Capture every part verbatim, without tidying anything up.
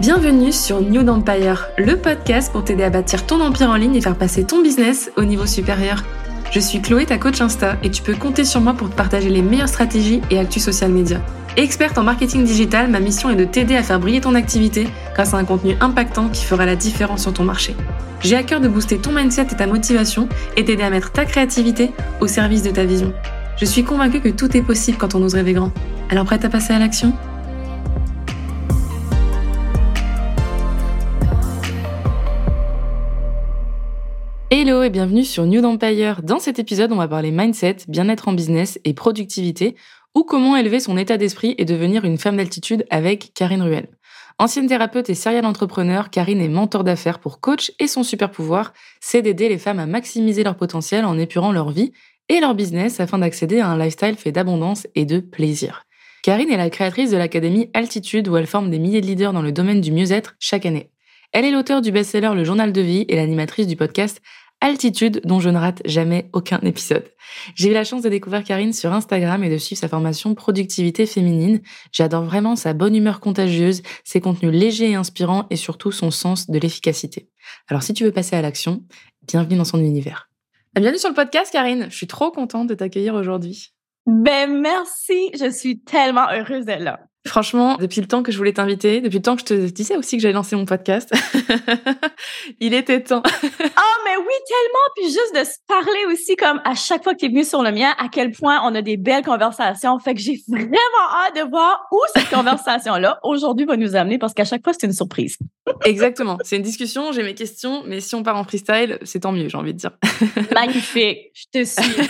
Bienvenue sur New Empire, le podcast pour t'aider à bâtir ton empire en ligne et faire passer ton business au niveau supérieur. Je suis Chloé, ta coach Insta, et tu peux compter sur moi pour te partager les meilleures stratégies et actus social media. Experte en marketing digital, ma mission est de t'aider à faire briller ton activité grâce à un contenu impactant qui fera la différence sur ton marché. J'ai à cœur de booster ton mindset et ta motivation et t'aider à mettre ta créativité au service de ta vision. Je suis convaincue que tout est possible quand on ose rêver grand. Alors prête à passer à l'action ? Hello et bienvenue sur New Empire. Dans cet épisode, on va parler mindset, bien-être en business et productivité, ou comment élever son état d'esprit et devenir une femme d'altitude avec Karine Ruel. Ancienne thérapeute et serial entrepreneur, Karine est mentor d'affaires pour coach et son super pouvoir, c'est d'aider les femmes à maximiser leur potentiel en épurant leur vie et leur business afin d'accéder à un lifestyle fait d'abondance et de plaisir. Karine est la créatrice de l'académie Altitude où elle forme des milliers de leaders dans le domaine du mieux-être chaque année. Elle est l'auteure du best-seller Le Journal de Vie et l'animatrice du podcast Altitude, dont je ne rate jamais aucun épisode. J'ai eu la chance de découvrir Karine sur Instagram et de suivre sa formation Productivité féminine. J'adore vraiment sa bonne humeur contagieuse, ses contenus légers et inspirants et surtout son sens de l'efficacité. Alors si tu veux passer à l'action, bienvenue dans son univers. Bienvenue sur le podcast Karine, je suis trop contente de t'accueillir aujourd'hui. Ben merci, je suis tellement heureuse d'être là. Franchement, depuis le temps que je voulais t'inviter, depuis le temps que je te disais aussi que j'allais lancer mon podcast, il était temps. Oh, mais oui, tellement! Puis juste de se parler aussi, comme à chaque fois que tu es venu sur le mien, à quel point on a des belles conversations. Fait que j'ai vraiment hâte de voir où cette conversation-là, aujourd'hui, va nous amener, parce qu'à chaque fois, c'est une surprise. Exactement. C'est une discussion, j'ai mes questions, mais si on part en freestyle, c'est tant mieux, j'ai envie de dire. Magnifique, je te suis.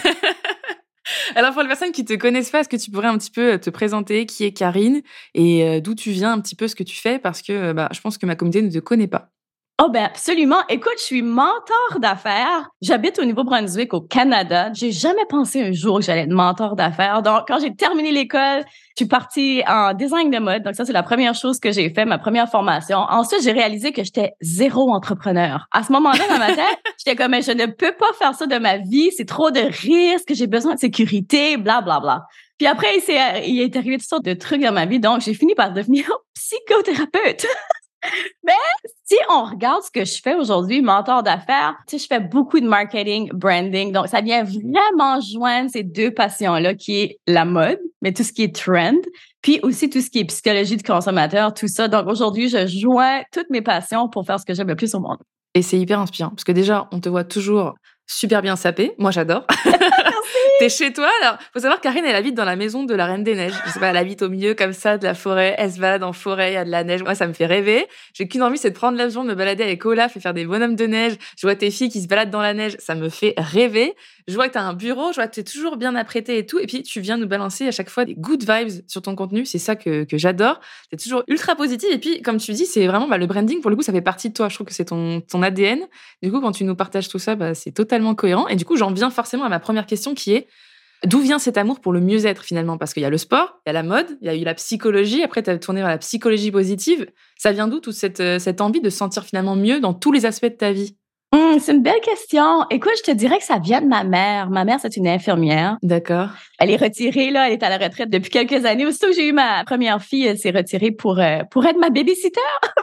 Alors, pour les personnes qui te connaissent pas, est-ce que tu pourrais un petit peu te présenter qui est Karine et euh, d'où tu viens, un petit peu ce que tu fais, parce que bah, je pense que ma communauté ne te connaît pas. Oh ben absolument. Écoute, je suis mentor d'affaires. J'habite au Nouveau-Brunswick, au Canada. J'ai jamais pensé un jour que j'allais être mentor d'affaires. Donc, quand j'ai terminé l'école, je suis partie en design de mode. Donc, ça, c'est la première chose que j'ai fait, ma première formation. Ensuite, j'ai réalisé que j'étais zéro entrepreneur. À ce moment-là, dans ma tête, j'étais comme, je ne peux pas faire ça de ma vie. C'est trop de risques. J'ai besoin de sécurité, bla, bla, bla. Puis après, il, s'est, il est arrivé toutes sortes de trucs dans ma vie. Donc, j'ai fini par devenir psychothérapeute. Mais si on regarde ce que je fais aujourd'hui, mentor d'affaires, tu sais, je fais beaucoup de marketing, branding. Donc, ça vient vraiment joindre ces deux passions-là qui est la mode, mais tout ce qui est trend, puis aussi tout ce qui est psychologie de consommateur, tout ça. Donc, aujourd'hui, je joins toutes mes passions pour faire ce que j'aime le plus au monde. Et c'est hyper inspirant parce que déjà, on te voit toujours super bien sapé. Moi, j'adore. T'es chez toi, alors. Faut savoir, Karine, elle habite dans la maison de la Reine des Neiges. Je sais pas, elle habite au milieu, comme ça, de la forêt. Elle se balade en forêt, il y a de la neige. Moi, ça me fait rêver. J'ai qu'une envie, c'est de prendre l'avion, de me balader avec Olaf et faire des bonhommes de neige. Je vois tes filles qui se baladent dans la neige. Ça me fait rêver. Je vois que t'as un bureau, je vois que t'es toujours bien apprêtée et tout. Et puis, tu viens nous balancer à chaque fois des good vibes sur ton contenu. C'est ça que, que j'adore. T'es toujours ultra positive. Et puis, comme tu dis, c'est vraiment, bah, le branding, pour le coup, ça fait partie de toi. Je trouve que c'est ton, ton A D N. Du coup, quand tu nous partages tout ça, bah, c'est totalement cohérent. Et du coup, j'en viens forcément à ma première question qui est, d'où vient cet amour pour le mieux-être finalement ? Parce qu'il y a le sport, il y a la mode, il y a eu la psychologie, après tu as tourné vers la psychologie positive. Ça vient d'où toute cette, cette envie de se sentir finalement mieux dans tous les aspects de ta vie ? Hum, c'est une belle question. Écoute, je te dirais que ça vient de ma mère. Ma mère, c'est une infirmière. D'accord. Elle est retirée, là, elle est à la retraite depuis quelques années. Aussitôt que j'ai eu ma première fille, elle s'est retirée pour, euh, pour être ma babysitter.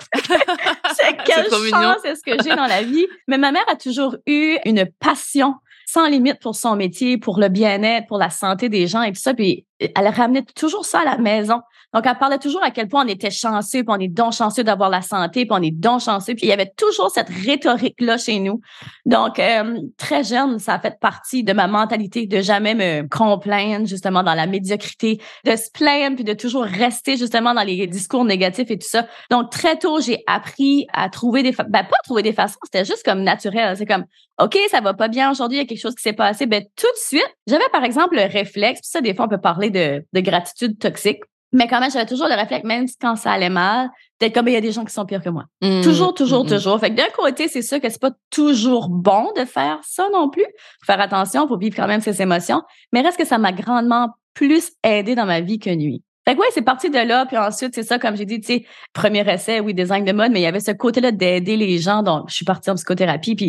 c'est quelle c'est chance est-ce que j'ai dans la vie. Mais ma mère a toujours eu une passion sans limite pour son métier, pour le bien-être, pour la santé des gens et tout ça. Puis elle ramenait toujours ça à la maison. Donc, elle parlait toujours à quel point on était chanceux, puis on est donc chanceux d'avoir la santé, puis on est donc chanceux. Puis il y avait toujours cette rhétorique-là chez nous. Donc, euh, très jeune, ça a fait partie de ma mentalité de jamais me complaindre, justement, dans la médiocrité, de se plaindre, puis de toujours rester, justement, dans les discours négatifs et tout ça. Donc, très tôt, j'ai appris à trouver des... Fa- ben, pas trouver des façons, c'était juste comme naturel. C'est comme, OK, ça va pas bien aujourd'hui, il y a quelque chose qui s'est passé. Ben, tout de suite, j'avais, par exemple, le réflexe, puis ça, des fois, on peut parler de, de gratitude toxique. Mais quand même, j'avais toujours le réflexe, même quand ça allait mal, d'être comme, il y a des gens qui sont pires que moi. Mmh, toujours, toujours, mmh. toujours. Fait que d'un côté, c'est sûr que c'est pas toujours bon de faire ça non plus. Faut faire attention, faut vivre quand même ses émotions. Mais reste que ça m'a grandement plus aidé dans ma vie que nuit. Fait que ouais, c'est parti de là. Puis ensuite, c'est ça, comme j'ai dit, tu sais, premier essai, oui, design de mode, mais il y avait ce côté-là d'aider les gens. Donc, je suis partie en psychothérapie. Puis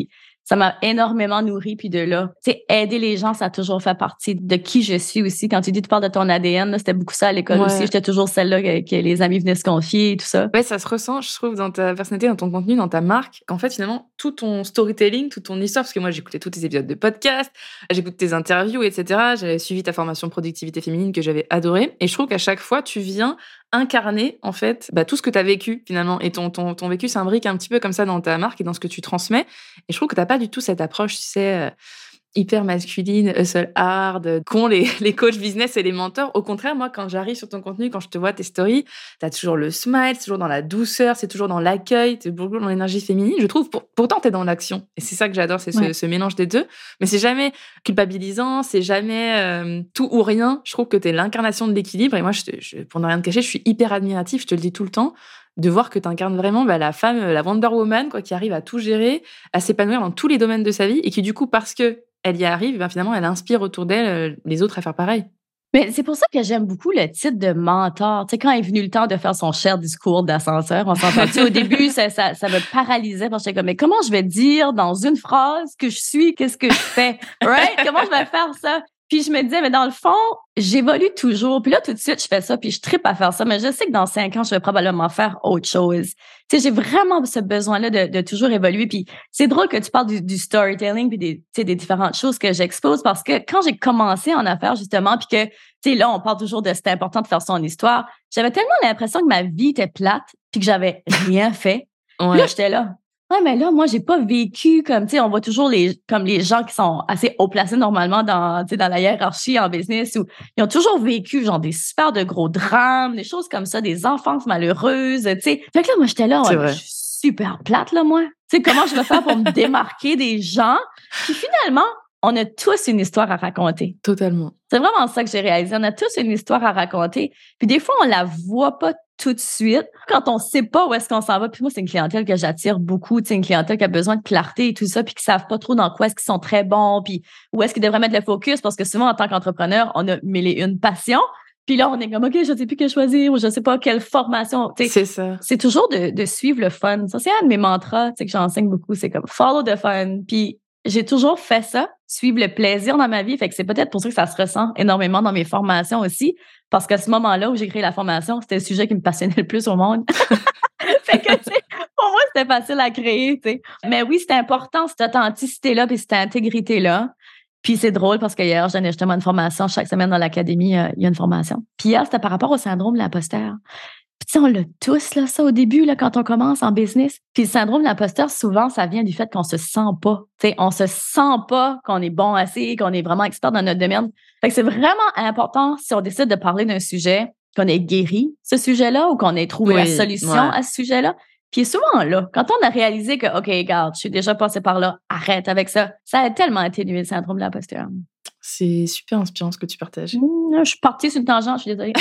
ça m'a énormément nourri. Puis de là, tu sais, aider les gens, ça a toujours fait partie de qui je suis aussi. Quand tu dis, tu parles de ton A D N, là, c'était beaucoup ça à l'école Ouais. aussi. J'étais toujours celle-là que, que les amis venaient se confier et tout ça. Ouais, ça se ressent, je trouve, dans ta personnalité, dans ton contenu, dans ta marque, qu'en fait, finalement, tout ton storytelling, toute ton histoire, parce que moi, j'écoutais tous tes épisodes de podcast, j'écoute tes interviews, et cetera. J'avais suivi ta formation productivité féminine que j'avais adorée. Et je trouve qu'à chaque fois, tu viens incarner, en fait, bah, tout ce que tu as vécu, finalement. Et ton, ton, ton vécu s'imbrique un petit peu comme ça dans ta marque et dans ce que tu transmets. Et je trouve que t'as pas du tout cette approche, tu sais, euh, hyper masculine, hustle hard, qu'ont les, les coachs business et les mentors. Au contraire, moi, quand j'arrive sur ton contenu, quand je te vois tes stories, t'as toujours le smile, c'est toujours dans la douceur, c'est toujours dans l'accueil, t'es beaucoup dans l'énergie féminine. Je trouve, pour, pourtant, t'es dans l'action. Et c'est ça que j'adore, c'est ce, Ouais. ce mélange des deux. Mais c'est jamais culpabilisant, c'est jamais euh, tout ou rien. Je trouve que t'es l'incarnation de l'équilibre. Et moi, je te, je, pour ne rien te cacher, je suis hyper admirative, je te le dis tout le temps, de voir que tu incarnes vraiment bah, la femme, la Wonder Woman, quoi, qui arrive à tout gérer, à s'épanouir dans tous les domaines de sa vie et qui, du coup, parce que elle y arrive, ben, finalement, elle inspire autour d'elle euh, les autres à faire pareil. Mais c'est pour ça que j'aime beaucoup le titre de mentor. Tu sais, quand est venu le temps de faire son cher discours d'ascenseur, on s'entend-tu? Au début, ça, ça, ça me paralysait parce que j'étais comme, mais comment je vais dire dans une phrase que je suis, qu'est-ce que je fais? Right? Comment je vais faire ça? Puis je me disais, mais dans le fond, j'évolue toujours. Puis là, tout de suite, je fais ça, puis je trippe à faire ça. Mais je sais que dans cinq ans, je vais probablement faire autre chose. Tu sais, j'ai vraiment ce besoin-là de, de toujours évoluer. Puis c'est drôle que tu parles du, du storytelling puis des, tu sais, des différentes choses que j'expose parce que quand j'ai commencé en affaires, justement, puis que, tu sais, là, on parle toujours de c'est important de faire son histoire, j'avais tellement l'impression que ma vie était plate puis que j'avais rien fait. Ouais. Puis là, j'étais là. Ouais, mais là, moi, j'ai pas vécu comme, tu sais, on voit toujours les, comme les gens qui sont assez haut placés normalement dans, tu sais, dans la hiérarchie en business où ils ont toujours vécu, genre, des super de gros drames, des choses comme ça, des enfances malheureuses, tu sais. Fait que là, moi, j'étais là, ouais, je suis super plate, là, moi. Tu sais, comment je vais faire pour me démarquer des gens? Puis finalement, on a tous une histoire à raconter. Totalement. C'est vraiment ça que j'ai réalisé. On a tous une histoire à raconter. Puis des fois, on la voit pas tout de suite. Quand on sait pas où est-ce qu'on s'en va, puis moi, c'est une clientèle que j'attire beaucoup. C'est une clientèle qui a besoin de clarté et tout ça, puis qui savent pas trop dans quoi est-ce qu'ils sont très bons, puis où est-ce qu'ils devraient mettre le focus, parce que souvent, en tant qu'entrepreneur, on a mille et une passions. Puis là, on est comme, OK, je sais plus que choisir, ou je sais pas quelle formation. T'sais, c'est ça. C'est toujours de, de suivre le fun. Ça, c'est un de mes mantras, que j'enseigne beaucoup. C'est comme, follow the fun. Puis j'ai toujours fait ça, suivre le plaisir dans ma vie. Fait que c'est peut-être pour ça que ça se ressent énormément dans mes formations aussi. Parce qu'à ce moment-là où j'ai créé la formation, c'était le sujet qui me passionnait le plus au monde. Fait que, tu sais, pour moi, c'était facile à créer, tu sais. Mais oui, c'était important, cette authenticité-là puis cette intégrité-là. Puis c'est drôle parce que hier, je donnais justement une formation. Chaque semaine dans l'académie, euh, il y a une formation. Puis hier, c'était par rapport au syndrome de l'imposteur. Puis tu sais, on l'a tous, là, ça, au début, là, quand on commence en business. Puis le syndrome de l'imposteur, souvent, ça vient du fait qu'on se sent pas. Tu sais, on se sent pas qu'on est bon assez, qu'on est vraiment expert dans notre domaine. Fait que c'est vraiment important, si on décide de parler d'un sujet, qu'on ait guéri ce sujet-là ou qu'on ait trouvé oui, la solution ouais. à ce sujet-là. Puis souvent, là, quand on a réalisé que, OK, regarde, je suis déjà passé par là, arrête avec ça, ça a tellement atténué le syndrome de l'imposteur. C'est super inspirant ce que tu partages. Mmh, je suis partie sur une tangente, je suis désolée.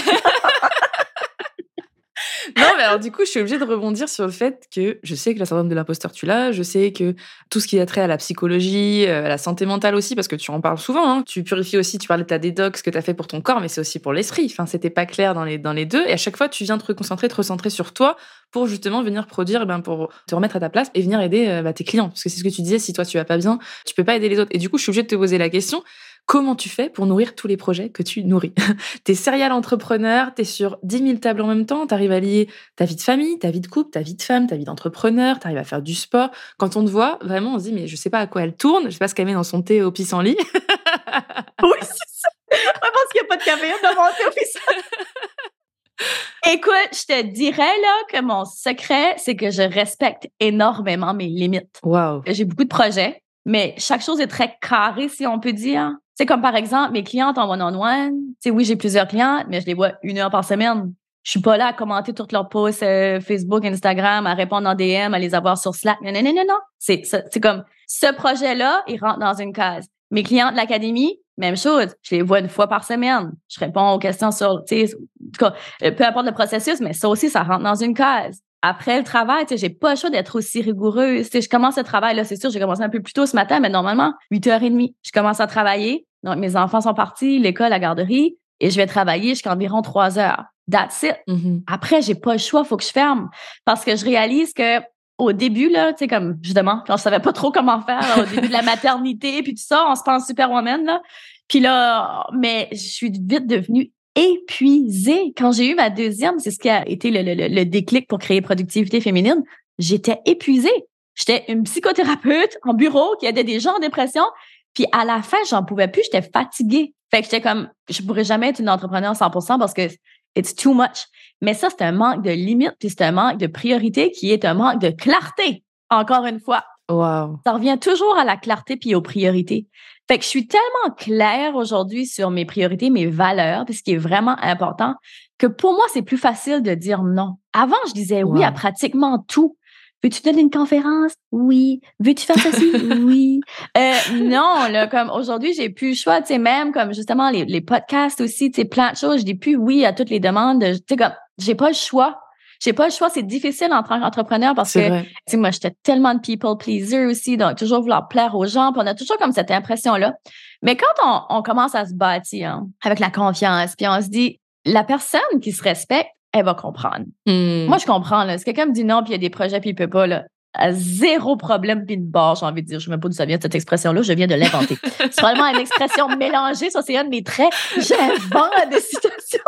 Non, mais alors du coup, je suis obligée de rebondir sur le fait que je sais que la syndrome de l'imposteur, tu l'as. Je sais que tout ce qui a trait à la psychologie, à la santé mentale aussi, parce que tu en parles souvent. Hein. Tu purifies aussi, tu parlais de ta dédox, ce que tu as fait pour ton corps, mais c'est aussi pour l'esprit. Enfin, c'était pas clair dans les, dans les deux. Et à chaque fois, tu viens te reconcentrer, te recentrer sur toi pour justement venir produire, ben, pour te remettre à ta place et venir aider euh, bah, tes clients. Parce que c'est ce que tu disais, si toi, tu vas pas bien, tu peux pas aider les autres. Et du coup, je suis obligée de te poser la question. Comment tu fais pour nourrir tous les projets que tu nourris? T'es serial entrepreneur, t'es sur dix mille tables en même temps, t'arrives à lier ta vie de famille, ta vie de couple, ta vie de femme, ta vie d'entrepreneur, t'arrives à faire du sport. Quand on te voit, vraiment, on se dit, mais je sais pas à quoi elle tourne, je sais pas ce qu'elle met dans son thé au pissenlit. Oui, c'est ça. Je pense qu'il n'y a pas de caféine dans mon thé au pissenlit. Écoute, je te dirais là que mon secret, c'est que je respecte énormément mes limites. Wow. J'ai beaucoup de projets, mais chaque chose est très carrée, si on peut dire. C'est comme par exemple, mes clientes en one-on-one. Tu sais, oui, j'ai plusieurs clientes, mais je les vois une heure par semaine. Je suis pas là à commenter toutes leurs posts euh, Facebook, Instagram, à répondre en D M, à les avoir sur Slack. Non, non, non, non, non. C'est, c'est comme, ce projet-là, il rentre dans une case. Mes clientes de l'académie, même chose. Je les vois une fois par semaine. Je réponds aux questions sur, tu sais, en tout cas, peu importe le processus, mais ça aussi, ça rentre dans une case. Après le travail, tu sais, j'ai pas le choix d'être aussi rigoureuse. Tu sais, je commence le travail, là, c'est sûr, j'ai commencé un peu plus tôt ce matin, mais normalement, huit heures trente, je commence à travailler. Donc, mes enfants sont partis, l'école, la garderie, et je vais travailler jusqu'à environ trois heures. That's it. Mm-hmm. Après, j'ai pas le choix, faut que je ferme. Parce que je réalise que au début, là, tu sais, comme, justement, quand je savais pas trop comment faire, là, au début de la maternité, puis tout ça, on se pense superwoman, là. Puis là, mais je suis vite devenue épuisée. Quand j'ai eu ma deuxième, c'est ce qui a été le, le, le déclic pour créer Productivité féminine. J'étais épuisée. J'étais une psychothérapeute en bureau qui aidait des gens en dépression. Puis à la fin, j'en pouvais plus. J'étais fatiguée. Fait que j'étais comme, je pourrais jamais être une entrepreneur cent pour cent parce que it's too much. Mais ça, c'est un manque de limite, puis c'est un manque de priorité qui est un manque de clarté. Encore une fois. Wow. Ça revient toujours à la clarté puis aux priorités. Fait que je suis tellement claire aujourd'hui sur mes priorités, mes valeurs, puis ce qui est vraiment important, que pour moi, c'est plus facile de dire non. Avant, je disais oui wow. à pratiquement tout. Veux-tu donner une conférence? Oui. Veux-tu faire ceci? Oui. Euh, non, là, comme aujourd'hui, j'ai plus le choix, tu sais, même comme justement les, les podcasts aussi, tu sais, plein de choses, je dis plus oui à toutes les demandes. Tu sais, comme, j'ai pas le choix. J'ai pas le choix, c'est difficile en tant qu'entrepreneur parce c'est que, tu sais, moi, j'étais tellement de people pleaser aussi, donc toujours vouloir plaire aux gens, puis on a toujours comme cette impression-là. Mais quand on, on commence à se bâtir hein, avec la confiance, puis on se dit, la personne qui se respecte, elle va comprendre. Mm. Moi, je comprends, là. Si quelqu'un me dit non, puis il y a des projets, puis il peut pas, là, à zéro problème, puis une barre, j'ai envie de dire. Je ne sais même pas d'où ça vient, cette expression-là. Je viens de l'inventer. C'est probablement une expression mélangée. Ça, c'est un de mes traits. J'invente des situations.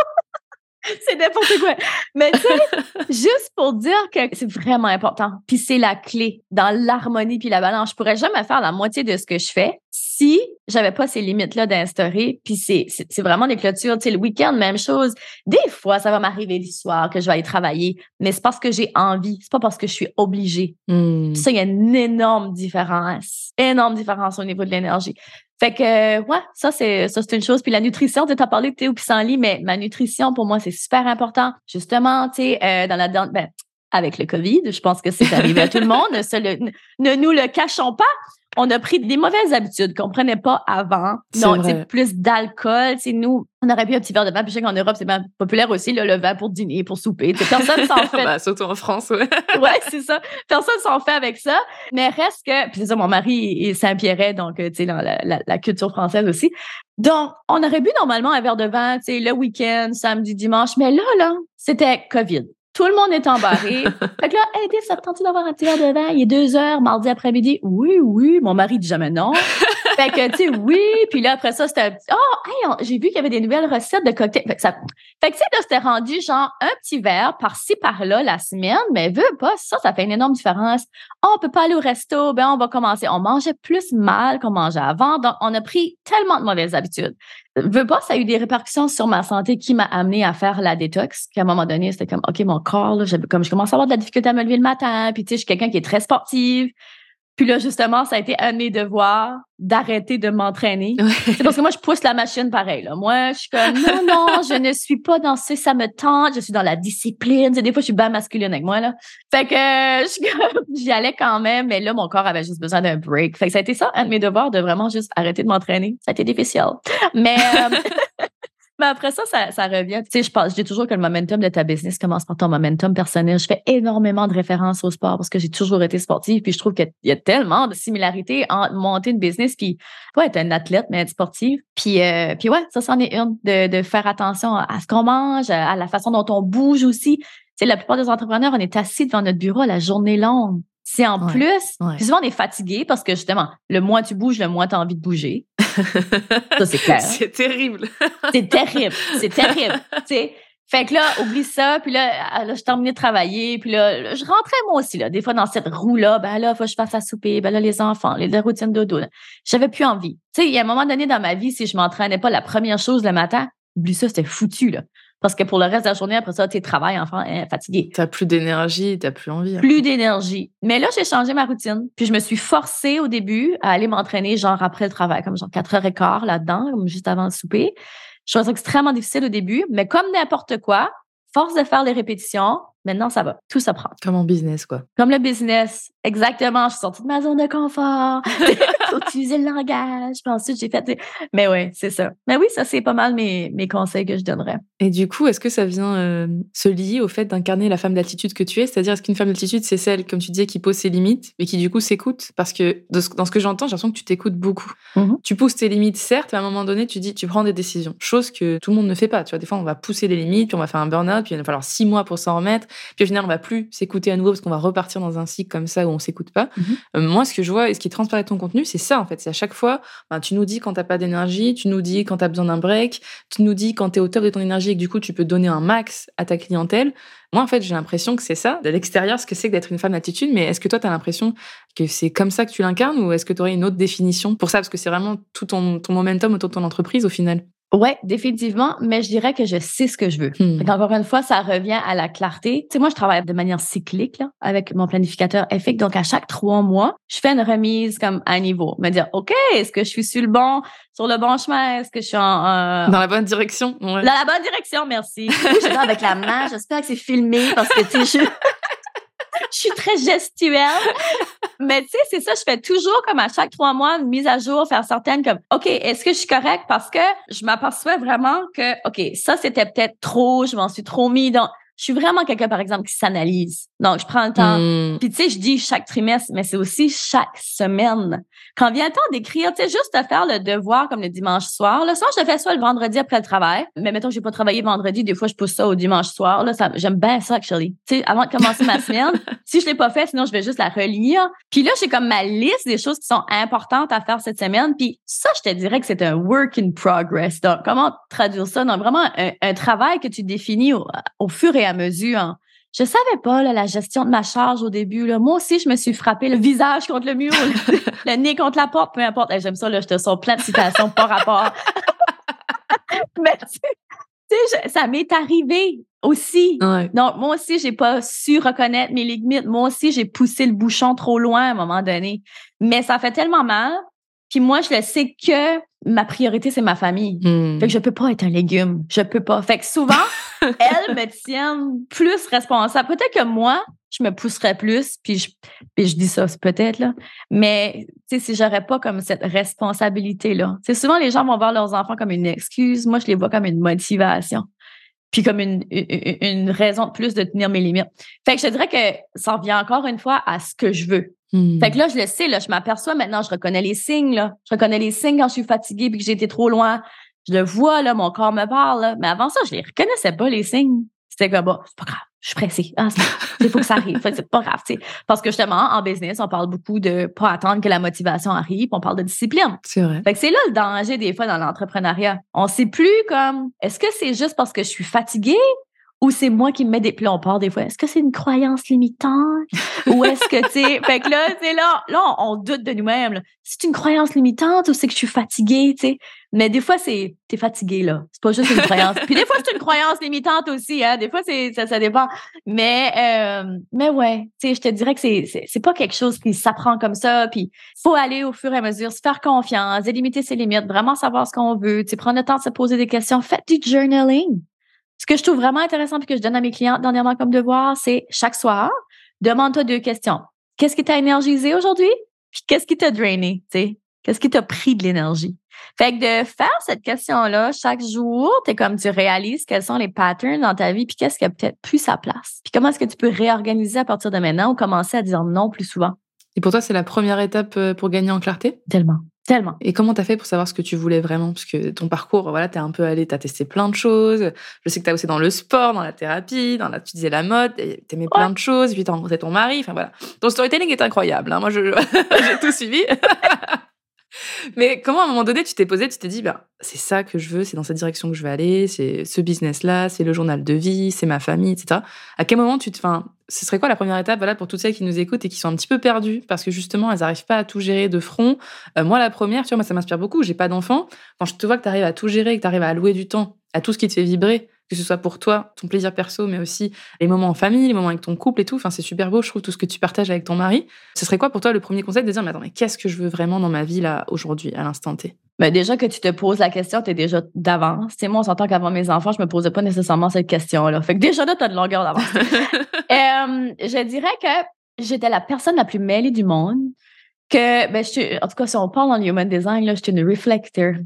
C'est n'importe quoi. Mais tu sais, juste pour dire que c'est vraiment important. Puis c'est la clé dans l'harmonie puis la balance. Je pourrais jamais faire la moitié de ce que je fais si j'avais pas ces limites-là d'instaurer. Puis c'est, c'est, c'est vraiment des clôtures. Tu sais, le week-end, même chose. Des fois, ça va m'arriver le soir que je vais aller travailler, mais c'est parce que j'ai envie. C'est pas parce que je suis obligée. Mm. Ça, il y a une énorme différence. Énorme différence au niveau de l'énergie. Fait que, ouais, ça, c'est, ça, c'est une chose. Puis la nutrition, tu as parlé de thé ou pissenlit, mais ma nutrition, pour moi, c'est super important. Justement, tu sais, euh, dans la, dans, ben, avec le COVID, je pense que c'est arrivé à tout le monde. Ça, le, ne nous le cachons pas. On a pris des mauvaises habitudes qu'on prenait pas avant. C'est Donc, vrai. plus d'alcool. C'est nous, on aurait pu un petit verre de vin. Puis je sais qu'en Europe, c'est bien populaire aussi, là, le vin pour dîner, pour souper. T'sais, personne s'en fait. Bah, surtout en France, ouais. Ouais, c'est ça. Personne s'en fait avec ça. Mais reste que, puis c'est ça, mon mari est Saint-Pierrais, donc, tu sais, dans la, la, la culture française aussi. Donc, on aurait bu normalement un verre de vin, tu sais, le week-end, samedi, dimanche. Mais là, là, c'était COVID. Tout le monde est embarré. Fait que là, hey, Dave, ça te tente d'avoir un petit verre de vin? Il est deux heures, mardi après-midi. Oui, oui. Mon mari dit jamais non. Fait que, tu sais, oui. Puis là, après ça, c'était un petit, oh, hey, on, j'ai vu qu'il y avait des nouvelles recettes de cocktails. Fait que ça, fait que, tu sais, là, c'était rendu genre un petit verre par-ci, par-là la semaine. Mais veux pas, ça, ça fait une énorme différence. Oh, on peut pas aller au resto. Ben, on va commencer. On mangeait plus mal qu'on mangeait avant. Donc, on a pris tellement de mauvaises habitudes. Veux pas, ça a eu des répercussions sur ma santé qui m'a amené à faire la détox. Puis à un moment donné, c'était comme, OK, mon corps, là, comme je commence à avoir de la difficulté à me lever le matin. Puis, tu sais, je suis quelqu'un qui est très sportive. Puis là, justement, ça a été un de mes devoirs d'arrêter de m'entraîner. Ouais. C'est parce que moi, je pousse la machine pareil. Là. Moi, je suis comme, non, non, je ne suis pas dans ce, ça me tente. Je suis dans la discipline. Tu sais, des fois, je suis bien masculine avec moi. Là. Fait que euh, je, j'y allais quand même, mais là, mon corps avait juste besoin d'un break. Fait que ça a été ça, un de mes devoirs, de vraiment juste arrêter de m'entraîner. Ça a été difficile. Mais... Euh, Mais après ça, ça, ça revient. Tu sais, je pense, je dis toujours que le momentum de ta business commence par ton momentum personnel. Je fais énormément de références au sport parce que j'ai toujours été sportive. Puis je trouve qu'il y a tellement de similarités entre monter une business puis pas être un athlète, mais être sportive. Puis, euh, puis ouais, ça, c'en est une. De, de faire attention à ce qu'on mange, à la façon dont on bouge aussi. Tu sais, la plupart des entrepreneurs, on est assis devant notre bureau à la journée longue. C'est en ouais, plus, ouais. Puis souvent on est fatigué parce que justement, le moins tu bouges, le moins tu as envie de bouger. Ça, c'est clair. C'est terrible. C'est terrible. C'est terrible. Tu sais. Fait que là, oublie ça. Puis là, là je terminais de travailler. Puis là, là, je rentrais moi aussi, là. Des fois, dans cette roue-là, ben là, il faut que je fasse à souper. Ben là, les enfants, les, les routines dodo. Là. J'avais plus envie. Tu sais, il y a un moment donné dans ma vie, si je m'entraînais pas la première chose le matin, oublie ça, c'était foutu, là. Parce que pour le reste de la journée, après ça, tu travailles, enfant, hein, fatigué. T'as plus d'énergie, t'as plus envie. Plus d'énergie. Mais là, j'ai changé ma routine. Puis je me suis forcée au début à aller m'entraîner, genre après le travail, comme genre quatre heures quinze là-dedans, comme juste avant le souper. Je trouvais ça extrêmement difficile au début, mais comme n'importe quoi, force de faire les répétitions, maintenant, ça va. Tout s'apprend. Comme en business, quoi. Comme le business. Exactement. Je suis sortie de ma zone de confort. Faut utiliser le langage. Puis ensuite, j'ai fait... Mais oui, c'est ça. Mais oui, ça, c'est pas mal mes, mes conseils que je donnerais. Et du coup, est-ce que ça vient euh, se lier au fait d'incarner la femme d'attitude que tu es? C'est-à-dire, est-ce qu'une femme d'attitude, c'est celle, comme tu disais, qui pose ses limites, mais qui, du coup, s'écoute? Parce que dans ce que j'entends, j'ai l'impression que tu t'écoutes beaucoup. Mm-hmm. Tu pousses tes limites, certes, mais à un moment donné, tu dis, tu prends des décisions. Chose que tout le monde ne fait pas. Tu vois, des fois, on va pousser les limites, puis on va faire un burn-out, puis il va falloir six mois pour s'en remettre. Puis au final, on va plus s'écouter à nouveau parce qu'on va repartir dans un cycle comme ça où on s'écoute pas. Mm-hmm. Euh, moi, ce que je vois et ce qui transparaît de ton contenu, c'est ça, en fait. C'est à chaque fois, ben, tu nous dis quand t'as pas d'énergie, tu nous dis quand t'as besoin d'un break, tu nous dis quand t'es au top de ton énergie et que du coup, tu peux donner un max à ta clientèle. Moi, en fait, j'ai l'impression que c'est ça, de l'extérieur, ce que c'est que d'être une femme d'attitude. Mais est-ce que toi, t'as l'impression que c'est comme ça que tu l'incarnes ou est-ce que tu aurais une autre définition pour ça? Parce que c'est vraiment tout ton, ton momentum autour de ton entreprise au final. Ouais, définitivement, mais je dirais que je sais ce que je veux. Hmm. Donc, encore une fois, ça revient à la clarté. Tu sais, moi, je travaille de manière cyclique là, avec mon planificateur F X. Donc, à chaque trois mois, je fais une remise comme à niveau. Me dire, OK, est-ce que je suis sur le bon, sur le bon chemin? Est-ce que je suis en... Euh... Dans la bonne direction? Ouais. Dans la bonne direction, merci. Oui, je suis avec la main. J'espère que c'est filmé parce que, tu sais, je... je suis très gestuelle. Mais tu sais, c'est ça, je fais toujours comme à chaque trois mois une mise à jour, faire certaines comme, OK, est-ce que je suis correcte? Parce que je m'aperçois vraiment que, OK, ça, c'était peut-être trop, je m'en suis trop mis dans... Je suis vraiment quelqu'un, par exemple, qui s'analyse. Donc, je prends le temps. Mm. Puis, tu sais, je dis chaque trimestre, mais c'est aussi chaque semaine. Quand vient le temps d'écrire, tu sais, juste de faire le devoir comme le dimanche soir. Le soir, je le fais ça le vendredi après le travail. Mais mettons que j'ai pas travaillé vendredi, des fois, je pousse ça au dimanche soir. Là, ça, j'aime bien ça, actually. Tu sais, avant de commencer ma semaine, si je l'ai pas fait, sinon, je vais juste la relire. Puis là, j'ai comme ma liste des choses qui sont importantes à faire cette semaine. Puis ça, je te dirais que c'est un work in progress. Donc, comment traduire ça? Donc, vraiment, un, un travail que tu définis au, au fur et à mesure. Hein. Je savais pas là, la gestion de ma charge au début. Là. Moi aussi, je me suis frappé le visage contre le mur, le, le nez contre la porte, peu importe. Hey, j'aime ça, là, je te sors plein de citations par rapport. Mais tu sais, ça m'est arrivé aussi. Ouais. Donc, moi aussi, j'ai pas su reconnaître mes limites. Moi aussi, j'ai poussé le bouchon trop loin à un moment donné. Mais ça fait tellement mal. Puis moi, je le sais que ma priorité, c'est ma famille. Mm. Fait que je peux pas être un légume. Je peux pas. Fait que souvent, elles me tiennent plus responsable. Peut-être que moi, je me pousserais plus, puis je, puis je dis ça, c'est peut-être, là. Mais, tu sais, si j'aurais pas comme cette responsabilité-là. Tu sais, souvent, les gens vont voir leurs enfants comme une excuse. Moi, je les vois comme une motivation. Puis comme une, une, une raison de plus de tenir mes limites. Fait que je te dirais que ça revient encore une fois à ce que je veux. Mm. Fait que là, je le sais, là, je m'aperçois maintenant, je reconnais les signes, là. Je reconnais les signes quand je suis fatiguée puis que j'ai été trop loin. Je le vois, là, mon corps me parle, là. Mais avant ça, je les reconnaissais pas, les signes. C'était comme, bon, c'est pas grave, je suis pressée. Ah, il faut que ça arrive. C'est pas grave, tu sais. Parce que justement, en business, on parle beaucoup de pas attendre que la motivation arrive, on parle de discipline. C'est vrai. Fait que c'est là le danger des fois dans l'entrepreneuriat. On sait plus comme, est-ce que c'est juste parce que je suis fatiguée? Ou c'est moi qui me mets des plombs des fois. Est-ce que c'est une croyance limitante? Ou est-ce que, tu sais, fait que là, c'est là, là, on, on doute de nous-mêmes. Là. C'est une croyance limitante ou c'est que je suis fatiguée, tu sais? Mais des fois, c'est, t'es fatiguée, là. C'est pas juste une croyance. Puis des fois, c'est une croyance limitante aussi, hein. Des fois, c'est, ça, ça dépend. Mais, euh, mais ouais, tu sais, je te dirais que c'est, c'est, c'est pas quelque chose qui s'apprend comme ça. Puis, faut aller au fur et à mesure, se faire confiance, délimiter ses limites, vraiment savoir ce qu'on veut, tu sais, prendre le temps de se poser des questions. Faites du journaling. Ce que je trouve vraiment intéressant et que je donne à mes clients dernièrement comme devoir, c'est chaque soir, demande-toi deux questions. Qu'est-ce qui t'a énergisé aujourd'hui? Puis qu'est-ce qui t'a drainé? T'sais? Qu'est-ce qui t'a pris de l'énergie? Fait que de faire cette question-là chaque jour, t'es comme tu réalises quels sont les patterns dans ta vie puis qu'est-ce qui a peut-être plus sa place. Puis comment est-ce que tu peux réorganiser à partir de maintenant ou commencer à dire non plus souvent? Et pour toi, c'est la première étape pour gagner en clarté? Tellement. Tellement. Et comment t'as fait pour savoir ce que tu voulais vraiment? Parce que ton parcours, voilà, t'es un peu allé, t'as testé plein de choses. Je sais que t'as aussi dans le sport, dans la thérapie, dans la, tu disais la mode, t'aimais plein ouais. de choses, et puis t'as rencontré ton mari. Enfin voilà. Ton storytelling est incroyable. Hein. Moi, je, j'ai tout suivi. Mais comment, à un moment donné, tu t'es posé, tu t'es dit, bah, c'est ça que je veux, c'est dans cette direction que je vais aller, c'est ce business-là, c'est le journal de vie, c'est ma famille, et cetera. À quel moment tu te, enfin, ce serait quoi la première étape, voilà, pour toutes celles qui nous écoutent et qui sont un petit peu perdues parce que justement, elles n'arrivent pas à tout gérer de front. Euh, moi, la première, tu vois, moi, ça m'inspire beaucoup. J'ai pas d'enfant. Quand je te vois que tu arrives à tout gérer, que tu arrives à allouer du temps à tout ce qui te fait vibrer, que ce soit pour toi, ton plaisir perso, mais aussi les moments en famille, les moments avec ton couple et tout. Enfin, c'est super beau, je trouve, tout ce que tu partages avec ton mari. Ce serait quoi pour toi le premier conseil de dire, mais attends, mais qu'est-ce que je veux vraiment dans ma vie là, aujourd'hui, à l'instant T? Ben déjà que tu te poses la question, tu es déjà d'avance. Tu sais, moi, on s'entend qu'avant mes enfants, je me posais pas nécessairement cette question-là. Fait que déjà là, tu as de longueur d'avance. euh, je dirais que j'étais la personne la plus mêlée du monde. Que, ben, je suis, en tout cas, si on parle dans le human design, là, je suis une reflector.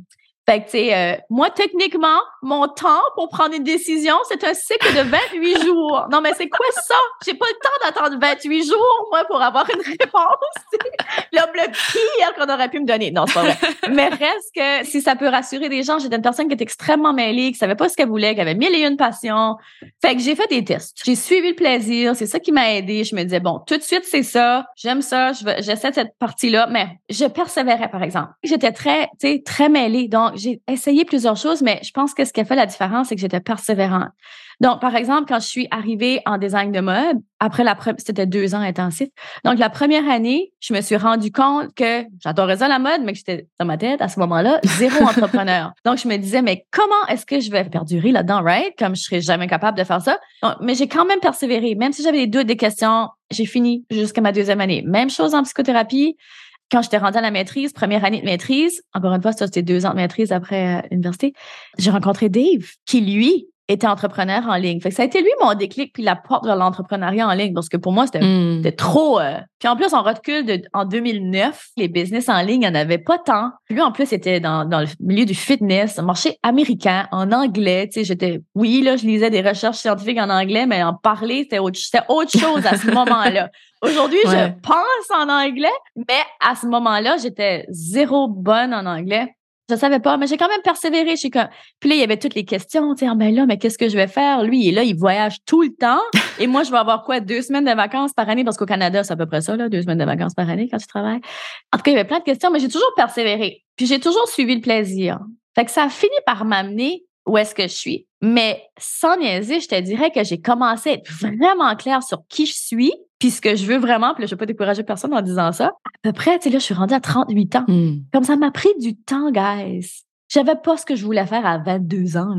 Fait que, tu sais, euh, moi, techniquement, mon temps pour prendre une décision, c'est un cycle de vingt-huit jours. Non, mais c'est quoi ça? J'ai pas le temps d'attendre vingt-huit jours, moi, pour avoir une réponse. L'homme le pire qu'on aurait pu me donner. Non, c'est pas vrai. Mais reste que, si ça peut rassurer des gens, j'étais une personne qui était extrêmement mêlée, qui savait pas ce qu'elle voulait, qui avait mille et une passions. Fait que j'ai fait des tests. J'ai suivi le plaisir. C'est ça qui m'a aidé. Je me disais, bon, tout de suite, c'est ça. J'aime ça. Je veux, j'essaie cette partie-là. Mais je persévérais, par exemple. J'étais très, tu sais, très mêlée. Donc, j'ai essayé plusieurs choses, mais je pense que ce qui a fait la différence, c'est que j'étais persévérante. Donc, par exemple, quand je suis arrivée en design de mode, après la première, c'était deux ans intensifs. Donc, la première année, je me suis rendu compte que j'adorais ça la mode, mais que j'étais dans ma tête, à ce moment-là, zéro entrepreneur. Donc, je me disais, mais comment est-ce que je vais perdurer là-dedans, right? Comme je serais jamais capable de faire ça. Donc, mais j'ai quand même persévéré. Même si j'avais des doutes, des questions, j'ai fini jusqu'à ma deuxième année. Même chose en psychothérapie. Quand j'étais rendue à la maîtrise, première année de maîtrise, encore une fois, c'était deux ans de maîtrise après euh, l'université, j'ai rencontré Dave, qui, lui, était entrepreneur en ligne. Fait que ça a été lui mon déclic puis la porte vers l'entrepreneuriat en ligne, parce que pour moi, c'était, mm. c'était trop... Euh... Puis en plus, on recule de, en deux mille neuf, les business en ligne, il n'y en avait pas tant. Lui, en plus, c'était dans, dans le milieu du fitness, un marché américain, en anglais. Tu sais, j'étais... Oui, là, je lisais des recherches scientifiques en anglais, mais en parler, c'était autre, c'était autre chose à ce moment-là. Aujourd'hui, ouais. je pense en anglais, mais à ce moment-là, j'étais zéro bonne en anglais. Je savais pas, mais j'ai quand même persévéré. J'ai comme... Puis là, il y avait toutes les questions. Tu sais, ah ben là, mais qu'est-ce que je vais faire? Lui, il est là, il voyage tout le temps. Et moi, je vais avoir quoi? Deux semaines de vacances par année? Parce qu'au Canada, c'est à peu près ça, là, deux semaines de vacances par année quand tu travailles. En tout cas, il y avait plein de questions, mais j'ai toujours persévéré. Puis j'ai toujours suivi le plaisir. Fait que ça a fini par m'amener où est-ce que je suis. Mais sans niaiser, je te dirais que j'ai commencé à être vraiment claire sur qui je suis, puis ce que je veux vraiment. Puis là, je vais pas décourager personne en disant ça. À peu près, tu sais, là, je suis rendue à trente-huit ans. Mm. Comme ça m'a pris du temps, guys. J'avais pas ce que je voulais faire à vingt-deux ans,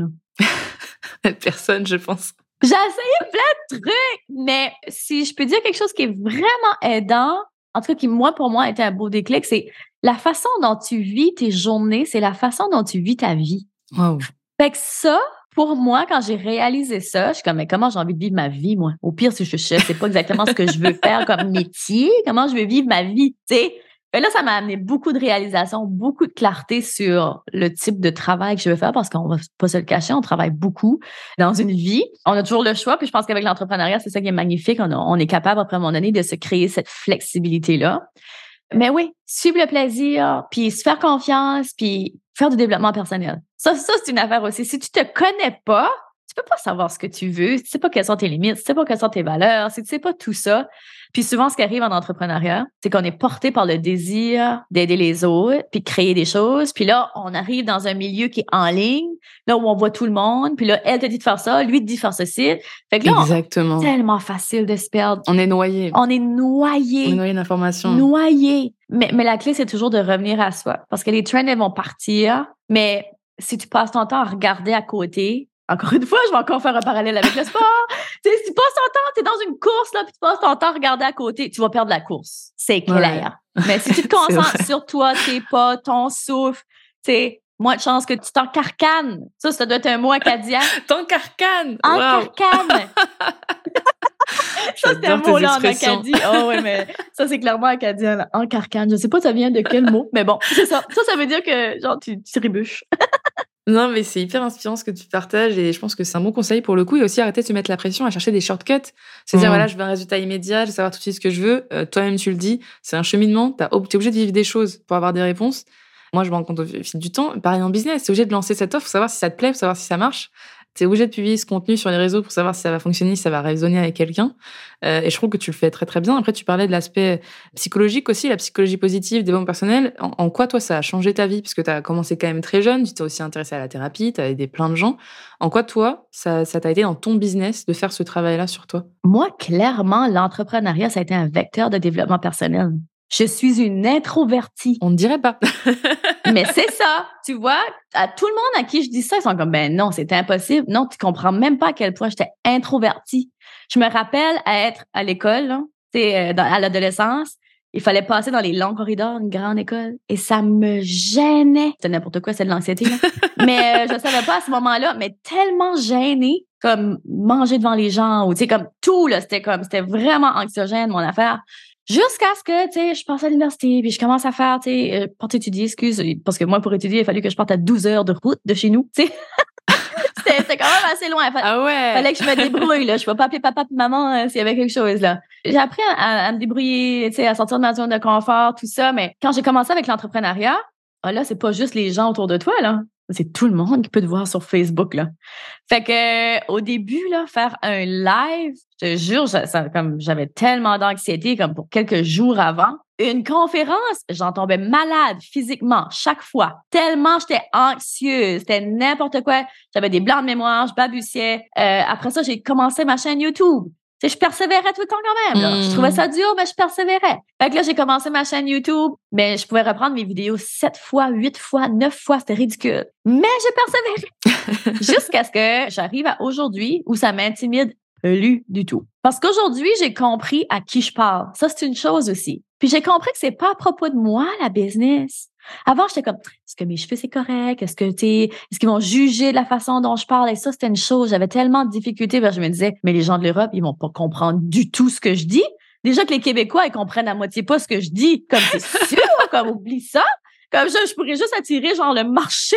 là. Personne, je pense. J'ai essayé plein de trucs, mais si je peux dire quelque chose qui est vraiment aidant, en tout cas qui, moi, pour moi, était un beau déclic, c'est la façon dont tu vis tes journées, c'est la façon dont tu vis ta vie. Wow. Fait que ça, pour moi, quand j'ai réalisé ça, je suis comme, mais comment j'ai envie de vivre ma vie, moi? Au pire, si je sais, c'est pas exactement ce que je veux faire comme métier, comment je veux vivre ma vie, tu sais? Et là, ça m'a amené beaucoup de réalisation, beaucoup de clarté sur le type de travail que je veux faire, parce qu'on va pas se le cacher, on travaille beaucoup dans une vie. On a toujours le choix, puis je pense qu'avec l'entrepreneuriat, c'est ça qui est magnifique. On, a, on est capable, après un moment donné, de se créer cette flexibilité-là. Mais oui, suivre le plaisir, puis se faire confiance, puis faire du développement personnel. Ça, ça, c'est une affaire aussi. Si tu te connais pas, tu peux pas savoir ce que tu veux. Si tu sais pas quelles sont tes limites, si tu sais pas quelles sont tes valeurs, si tu sais pas tout ça. Puis souvent, ce qui arrive en entrepreneuriat, c'est qu'on est porté par le désir d'aider les autres, puis de créer des choses. Puis là, on arrive dans un milieu qui est en ligne, là où on voit tout le monde. Puis là, elle te dit de faire ça, lui te dit de faire ceci. Fait que là, exactement. C'est tellement facile de se perdre. On est noyé. On est noyé. On est noyé d'informations. Noyé. Mais, mais la clé, c'est toujours de revenir à soi. Parce que les trends, elles vont partir. Mais si tu passes ton temps à regarder à côté, encore une fois, je vais encore faire un parallèle avec le sport. Tu sais, si tu passes ton temps, tu es dans une course, là, puis tu passes ton temps à regarder à côté, tu vas perdre la course. C'est clair. Ouais. Mais si tu te concentres sur toi, tes pas, ton souffle, tu sais, moins de chance que tu t'encarcanes. Ça, ça doit être un mot acadien. T'encarcanes! Encarcane! Ça, c'était un mot-là en Acadie. Oh, ouais, mais ça, c'est clairement acadien, là. Encarcane. Je sais pas ça vient de quel mot, mais bon, c'est ça. Ça, ça veut dire que, genre, tu, tu trébuches. Non, mais c'est hyper inspirant ce que tu partages et je pense que c'est un bon conseil pour le coup. Et aussi arrêter de se mettre la pression à chercher des shortcuts. C'est-à-dire, mmh. voilà, je veux un résultat immédiat, je veux savoir tout de suite ce que je veux. Euh, toi-même, tu le dis, c'est un cheminement. T'as, t'es obligé de vivre des choses pour avoir des réponses. Moi, je me rends compte au fil du temps. Pareil en business, t'es obligé de lancer cette offre pour savoir si ça te plaît, pour savoir si ça marche. T'es obligé de publier ce contenu sur les réseaux pour savoir si ça va fonctionner, si ça va résonner avec quelqu'un. Euh, et je trouve que tu le fais très, très bien. Après, tu parlais de l'aspect psychologique aussi, la psychologie positive, développement personnel. En, en quoi, toi, ça a changé ta vie? Parce que t'as commencé quand même très jeune, tu t'es aussi intéressé à la thérapie, t'as aidé plein de gens. En quoi, toi, ça, ça t'a aidé dans ton business de faire ce travail-là sur toi? Moi, clairement, l'entrepreneuriat, ça a été un vecteur de développement personnel. Je suis une introvertie. On ne dirait pas. Mais c'est ça, tu vois, à tout le monde à qui je dis ça, ils sont comme, ben non, c'est impossible. Non, tu comprends même pas à quel point j'étais introvertie. Je me rappelle à être à l'école, là, euh, dans, à l'adolescence, il fallait passer dans les longs corridors d'une grande école et ça me gênait. C'était n'importe quoi, c'est de l'anxiété, là. Mais euh, je savais pas à ce moment-là, mais tellement gênée, comme manger devant les gens ou, tu sais, comme tout, là, c'était comme, c'était vraiment anxiogène, mon affaire. Jusqu'à ce que, tu sais, je passe à l'université, puis je commence à faire, tu sais, euh, pour étudier, excuse, parce que moi, pour étudier, il a fallu que je parte à douze heures de route de chez nous, tu sais. c'était, c'était quand même assez loin. Fa- Ah ouais. Fallait que je me débrouille, là. Je ne vais pas appeler papa et maman euh, s'il y avait quelque chose, là. J'ai appris à, à me débrouiller, tu sais, à sortir de ma zone de confort, tout ça. Mais quand j'ai commencé avec l'entrepreneuriat, ah là, c'est pas juste les gens autour de toi, là. C'est tout le monde qui peut te voir sur Facebook, là. Fait que, au début, là, faire un live, je te jure, ça, ça, comme, j'avais tellement d'anxiété, comme pour quelques jours avant. Une conférence, j'en tombais malade physiquement chaque fois. Tellement j'étais anxieuse. C'était n'importe quoi. J'avais des blancs de mémoire, je balbutiais. Euh, après ça, j'ai commencé ma chaîne YouTube. Tu sais, je persévérais tout le temps quand même, là. Mmh. Je trouvais ça dur, mais je persévérais. Fait que là, j'ai commencé ma chaîne YouTube, mais je pouvais reprendre mes vidéos sept fois, huit fois, neuf fois. C'était ridicule. Mais j'ai persévéré. Jusqu'à ce que j'arrive à aujourd'hui où ça m'intimide plus du tout. Parce qu'aujourd'hui, j'ai compris à qui je parle. Ça, c'est une chose aussi. Puis j'ai compris que c'est pas à propos de moi, la business. Avant, j'étais comme, est-ce que mes cheveux, c'est correct? Est-ce que, tu sais, est-ce qu'ils vont juger de la façon dont je parle? Et ça, c'était une chose. J'avais tellement de difficultés. Ben, je me disais, mais les gens de l'Europe, ils vont pas comprendre du tout ce que je dis. Déjà que les Québécois, ils comprennent à moitié pas ce que je dis. Comme, c'est sûr, comme, oublie ça. Comme, je, je pourrais juste attirer, genre, le marché.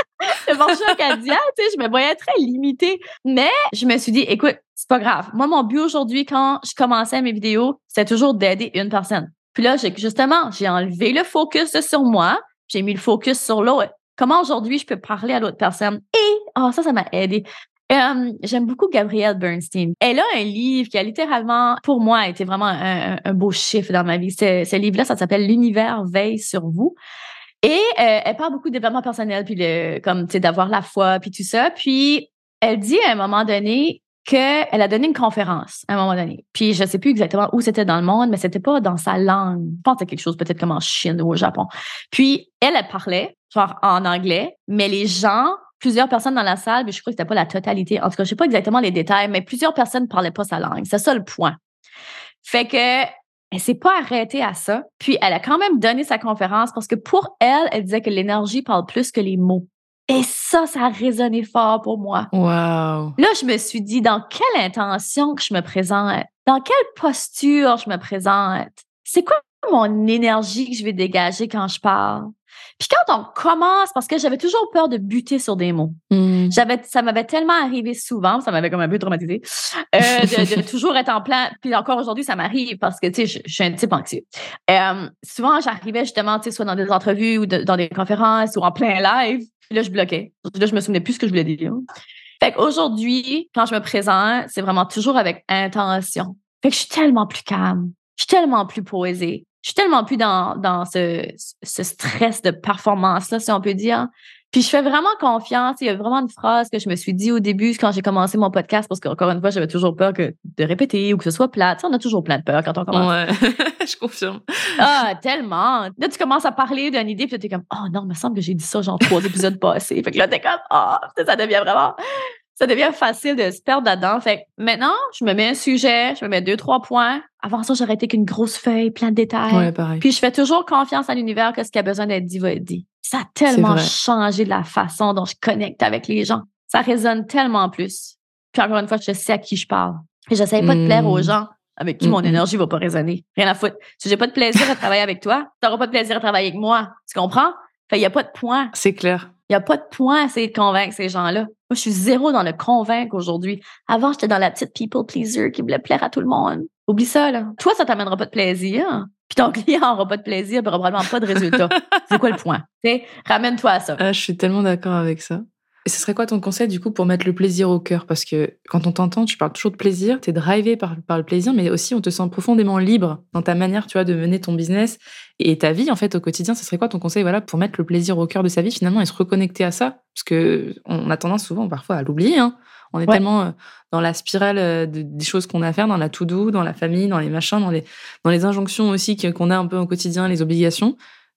le marché acadien, tu sais, je me voyais très limitée. Mais je me suis dit, écoute, c'est pas grave. Moi, mon but aujourd'hui, quand je commençais mes vidéos, c'était toujours d'aider une personne. Puis là, j'ai, justement, j'ai enlevé le focus sur moi, j'ai mis le focus sur l'autre. Comment aujourd'hui je peux parler à l'autre personne? Et, oh, ça, ça m'a aidé. Um, j'aime beaucoup Gabrielle Bernstein. Elle a un livre qui a littéralement, pour moi, été vraiment un, un, un beau chiffre dans ma vie. Ce, ce livre-là, ça s'appelle « L'univers veille sur vous ». Et euh, elle parle beaucoup de développement personnel, puis le, comme, tu sais, d'avoir la foi, puis tout ça. Puis elle dit à un moment donné qu'elle a donné une conférence à un moment donné. Puis je sais plus exactement où c'était dans le monde, mais c'était pas dans sa langue. Je pense que c'était quelque chose peut-être comme en Chine ou au Japon. Puis elle, elle parlait, genre en anglais, mais les gens, plusieurs personnes dans la salle, mais je crois que c'était pas la totalité. En tout cas, je sais pas exactement les détails, mais plusieurs personnes ne parlaient pas sa langue. C'est ça le point. Fait que elle s'est pas arrêtée à ça. Puis elle a quand même donné sa conférence parce que pour elle, elle disait que l'énergie parle plus que les mots. Et ça, ça a résonné fort pour moi. Wow. Là, je me suis dit, dans quelle intention que je me présente? Dans quelle posture je me présente? C'est quoi mon énergie que je vais dégager quand je parle? Puis quand on commence, parce que j'avais toujours peur de buter sur des mots. Mm. J'avais, ça m'avait tellement arrivé souvent, ça m'avait comme un peu traumatisé, euh, de, de toujours être en plan. Puis encore aujourd'hui, ça m'arrive parce que, tu sais, je, je suis un type anxieux. Euh, souvent, j'arrivais justement, tu sais, soit dans des entrevues ou de, dans des conférences ou en plein live. Puis là, je bloquais. Là, je me souvenais plus ce que je voulais dire. Fait qu'aujourd'hui, quand je me présente, c'est vraiment toujours avec intention. Fait que je suis tellement plus calme. Je suis tellement plus posée. Je suis tellement plus dans, dans ce, ce stress de performance-là, si on peut dire. Puis je fais vraiment confiance. Il y a vraiment une phrase que je me suis dit au début quand j'ai commencé mon podcast, parce qu'encore une fois, j'avais toujours peur que de répéter ou que ce soit plate. On a toujours plein de peur quand on commence. Ouais, je confirme. Ah, tellement. Là, tu commences à parler d'une idée, puis t'es comme, oh non, il me semble que j'ai dit ça genre trois épisodes passés. Fait que là, t'es comme, oh, ça devient vraiment... Ça devient facile de se perdre là-dedans. Fait que maintenant, je me mets un sujet, je me mets deux, trois points. Avant ça, j'aurais été qu'une grosse feuille, plein de détails. Ouais, pareil. Puis je fais toujours confiance à l'univers que ce qui a besoin d'être dit va être dit. Ça a tellement changé la façon dont je connecte avec les gens. Ça résonne tellement plus. Puis encore une fois, je sais à qui je parle. Et j'essaie pas mmh. de plaire aux gens avec qui mmh. mon énergie va pas résonner. Rien à foutre. Si j'ai pas de plaisir à travailler avec toi, t'auras pas de plaisir à travailler avec moi. Tu comprends? Fait il y a pas de point. C'est clair. Il n'y a pas de point à essayer de convaincre ces gens-là. Moi, je suis zéro dans le convaincre aujourd'hui. Avant, j'étais dans la petite people pleaser qui voulait plaire à tout le monde. Oublie ça, là. Toi, ça t'amènera pas de plaisir. Puis ton client n'aura pas de plaisir, puis probablement pas de résultat. C'est quoi le point? T'sais, ramène-toi à ça. Ah, je suis tellement d'accord avec ça. Et ce serait quoi ton conseil, du coup, pour mettre le plaisir au cœur? Parce que quand on t'entend, tu parles toujours de plaisir, t'es drivé par, par le plaisir, mais aussi on te sent profondément libre dans ta manière, tu vois, de mener ton business et ta vie, en fait, au quotidien. Ce serait quoi ton conseil, voilà, pour mettre le plaisir au cœur de sa vie, finalement, et se reconnecter à ça? Parce que on a tendance souvent, parfois, à l'oublier, hein. On est ouais. tellement dans la spirale de, des choses qu'on a à faire, dans la to-do, dans la famille, dans les machins, dans les, dans les injonctions aussi qu'on a un peu au quotidien, les obligations,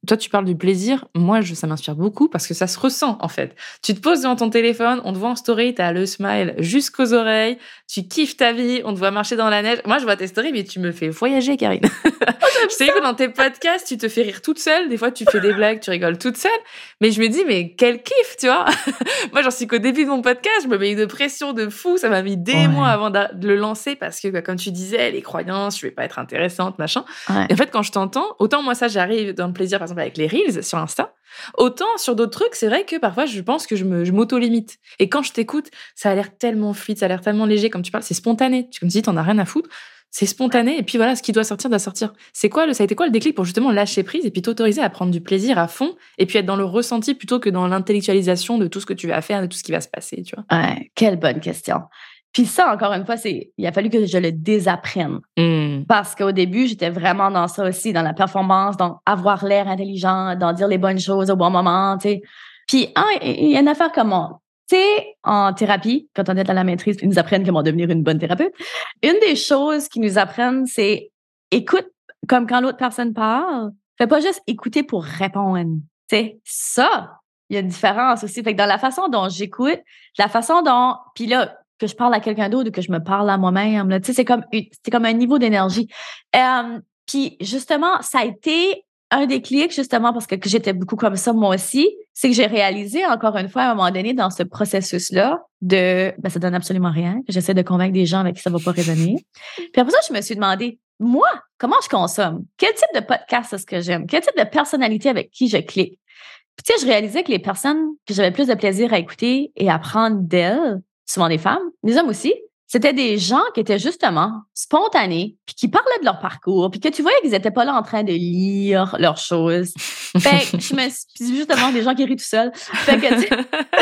toi, tu parles du plaisir. Moi, je, ça m'inspire beaucoup parce que ça se ressent, en fait. Tu te poses devant ton téléphone, on te voit en story, t'as le smile jusqu'aux oreilles, tu kiffes ta vie, on te voit marcher dans la neige. Moi, je vois tes stories, mais tu me fais voyager, Karine. Je sais que dans tes podcasts, tu te fais rire toute seule. Des fois, tu fais des blagues, tu rigoles toute seule. Mais je me dis, mais quel kiff, tu vois. Moi, j'en suis qu'au début de mon podcast, je me mets une pression de fou. Ça m'a mis des ouais. mois avant de le lancer parce que, comme tu disais, les croyances, je vais pas être intéressante, machin. Ouais. Et en fait, quand je t'entends, autant moi, ça, j'arrive dans le plaisir, par exemple, avec les Reels sur Insta. Autant sur d'autres trucs, c'est vrai que parfois, je pense que je, me, je m'auto-limite. Et quand je t'écoute, ça a l'air tellement fluide, ça a l'air tellement léger. Comme tu parles, c'est spontané. Comme tu dis, t'en as rien à foutre. C'est spontané. Et puis voilà, ce qui doit sortir, doit sortir. C'est quoi le, ça a été quoi le déclic pour justement lâcher prise et puis t'autoriser à prendre du plaisir à fond et puis être dans le ressenti plutôt que dans l'intellectualisation de tout ce que tu vas faire, de tout ce qui va se passer, tu vois? Ouais, quelle bonne question. Puis ça, encore une fois, c'est, il a fallu que je le désapprenne. Mm. Parce qu'au début, j'étais vraiment dans ça aussi, dans la performance, dans avoir l'air intelligent, dans dire les bonnes choses au bon moment, tu sais. Puis, hein, il y a une affaire comme on, tu sais, en thérapie, quand on est à la maîtrise, ils nous apprennent comment devenir une bonne thérapeute. Une des choses qu'ils nous apprennent, c'est écoute comme quand l'autre personne parle. Fais pas juste écouter pour répondre. Tu sais, ça, il y a une différence aussi. Fait que dans la façon dont j'écoute, la façon dont, puis là, que je parle à quelqu'un d'autre ou que je me parle à moi-même, là, tu sais, c'est comme, c'est comme un niveau d'énergie. Euh, puis justement, ça a été un déclic, justement, parce que, que j'étais beaucoup comme ça, moi aussi, c'est que j'ai réalisé, encore une fois, à un moment donné, dans ce processus-là, de, ben, ça donne absolument rien, que j'essaie de convaincre des gens avec qui ça va pas résonner. Puis après ça, je me suis demandé, moi, comment je consomme? Quel type de podcast est-ce que j'aime? Quel type de personnalité avec qui je clique? Puis tu sais, je réalisais que les personnes que j'avais plus de plaisir à écouter et à apprendre d'elles, souvent des femmes, des hommes aussi, c'était des gens qui étaient justement spontanés, puis qui parlaient de leur parcours, puis que tu voyais qu'ils n'étaient pas là en train de lire leurs choses. Fait que je me suis, puis justement des gens qui rient tout seuls. Fait que, fait que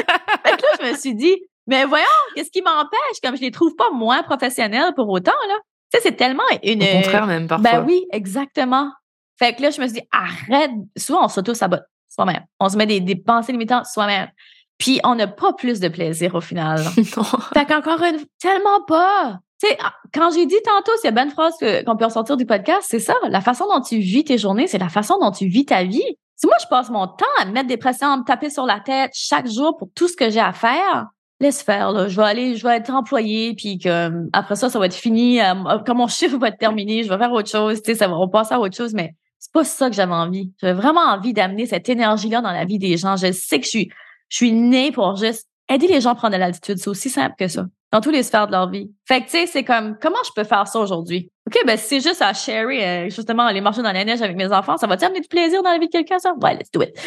là, je me suis dit, mais voyons, qu'est-ce qui m'empêche, comme je les trouve pas moins professionnels pour autant, là. Tu sais, c'est tellement une... Au contraire même, parfois. Ben oui, exactement. Fait que là, je me suis dit, arrête. Souvent, on s'auto-sabote soi-même. On se met des, des pensées limitantes soi-même. Puis, on n'a pas plus de plaisir au final. Non. Fait qu'encore une... Tellement pas. Tu sais, quand j'ai dit tantôt, c'est une bonne phrase que, qu'on peut ressortir du podcast, c'est ça. La façon dont tu vis tes journées, c'est la façon dont tu vis ta vie. Si moi, je passe mon temps à me mettre des pressions, à me taper sur la tête chaque jour pour tout ce que j'ai à faire, laisse faire, là. Je vais aller, je vais être employée, puis que, après ça, ça va être fini. Euh, quand mon chiffre va être terminé, je vais faire autre chose. Tu sais, ça va, on va passer à autre chose, mais c'est pas ça que j'avais envie. J'avais vraiment envie d'amener cette énergie-là dans la vie des gens. Je sais que je suis, je suis née pour juste aider les gens à prendre de l'altitude. C'est aussi simple que ça. Dans tous les sphères de leur vie. Fait que, tu sais, c'est comme, comment je peux faire ça aujourd'hui? OK, ben, si c'est juste à sharer, euh, justement, aller marcher dans la neige avec mes enfants, ça va-tu amener du plaisir dans la vie de quelqu'un, ça? Ouais, let's do it.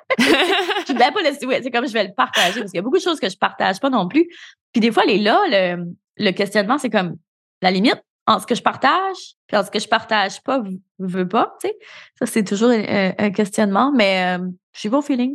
Je vais pas let's do it. C'est comme je vais le partager parce qu'il y a beaucoup de choses que je partage pas non plus. Puis des fois, les là, le, le questionnement, c'est comme la limite en ce que je partage, puis en ce que je partage pas, je veux pas, tu sais. Ça, c'est toujours un, un questionnement, mais euh, je suis pas au feeling.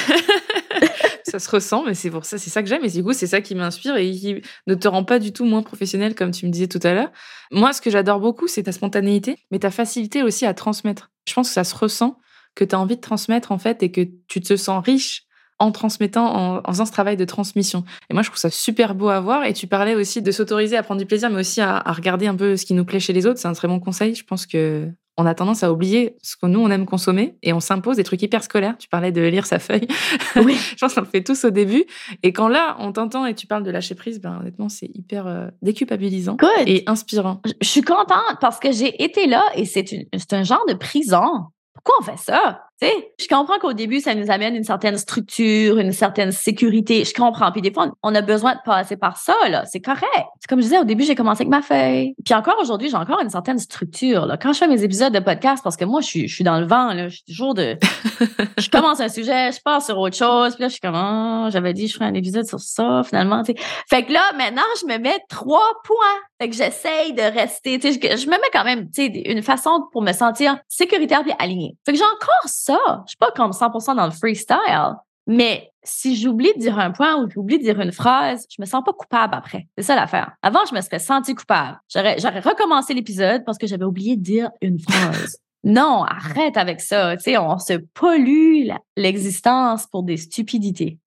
Ça se ressent, mais c'est pour ça, c'est ça que j'aime, et du coup, c'est ça qui m'inspire et qui ne te rend pas du tout moins professionnel, comme tu me disais tout à l'heure. Moi, ce que j'adore beaucoup, c'est ta spontanéité, mais ta facilité aussi à transmettre. Je pense que ça se ressent, que tu as envie de transmettre, en fait, et que tu te sens riche en transmettant, en, en faisant ce travail de transmission. Et moi, je trouve ça super beau à voir. Et tu parlais aussi de s'autoriser à prendre du plaisir, mais aussi à, à regarder un peu ce qui nous plaît chez les autres. C'est un très bon conseil. Je pense que on a tendance à oublier ce que nous, on aime consommer et on s'impose des trucs hyper scolaires. Tu parlais de lire sa feuille. Oui. Je pense qu'on le fait tous au début. Et quand là, on t'entend et tu parles de lâcher prise, ben, honnêtement, c'est hyper euh, déculpabilisant Good. Et inspirant. Je, je suis contente parce que j'ai été là et c'est, une, c'est un genre de prison. Pourquoi on fait ça? Tu sais, je comprends qu'au début, ça nous amène une certaine structure, une certaine sécurité. Je comprends. Puis des fois, on a besoin de passer par ça, là. C'est correct. C'est comme je disais, au début, j'ai commencé avec ma feuille. Puis encore aujourd'hui, j'ai encore une certaine structure, là. Quand je fais mes épisodes de podcast, parce que moi, je suis, je suis dans le vent, là. Je suis toujours de... je commence un sujet, je passe sur autre chose. Puis là, je suis comme, oh, j'avais dit, je ferais un épisode sur ça, finalement, tu sais. Fait que là, maintenant, je me mets trois points. Fait que j'essaye de rester, tu sais, je, je me mets quand même, tu sais, une façon pour me sentir sécuritaire puis alignée. Fait que j'ai encore ça. Je suis pas comme cent pour cent dans le freestyle, mais si j'oublie de dire un point ou j'oublie de dire une phrase, je me sens pas coupable après. C'est ça l'affaire. Avant, je me serais sentie coupable. J'aurais, j'aurais recommencé l'épisode parce que j'avais oublié de dire une phrase. Non, arrête avec ça. Tu sais, on se pollue la, l'existence pour des stupidités.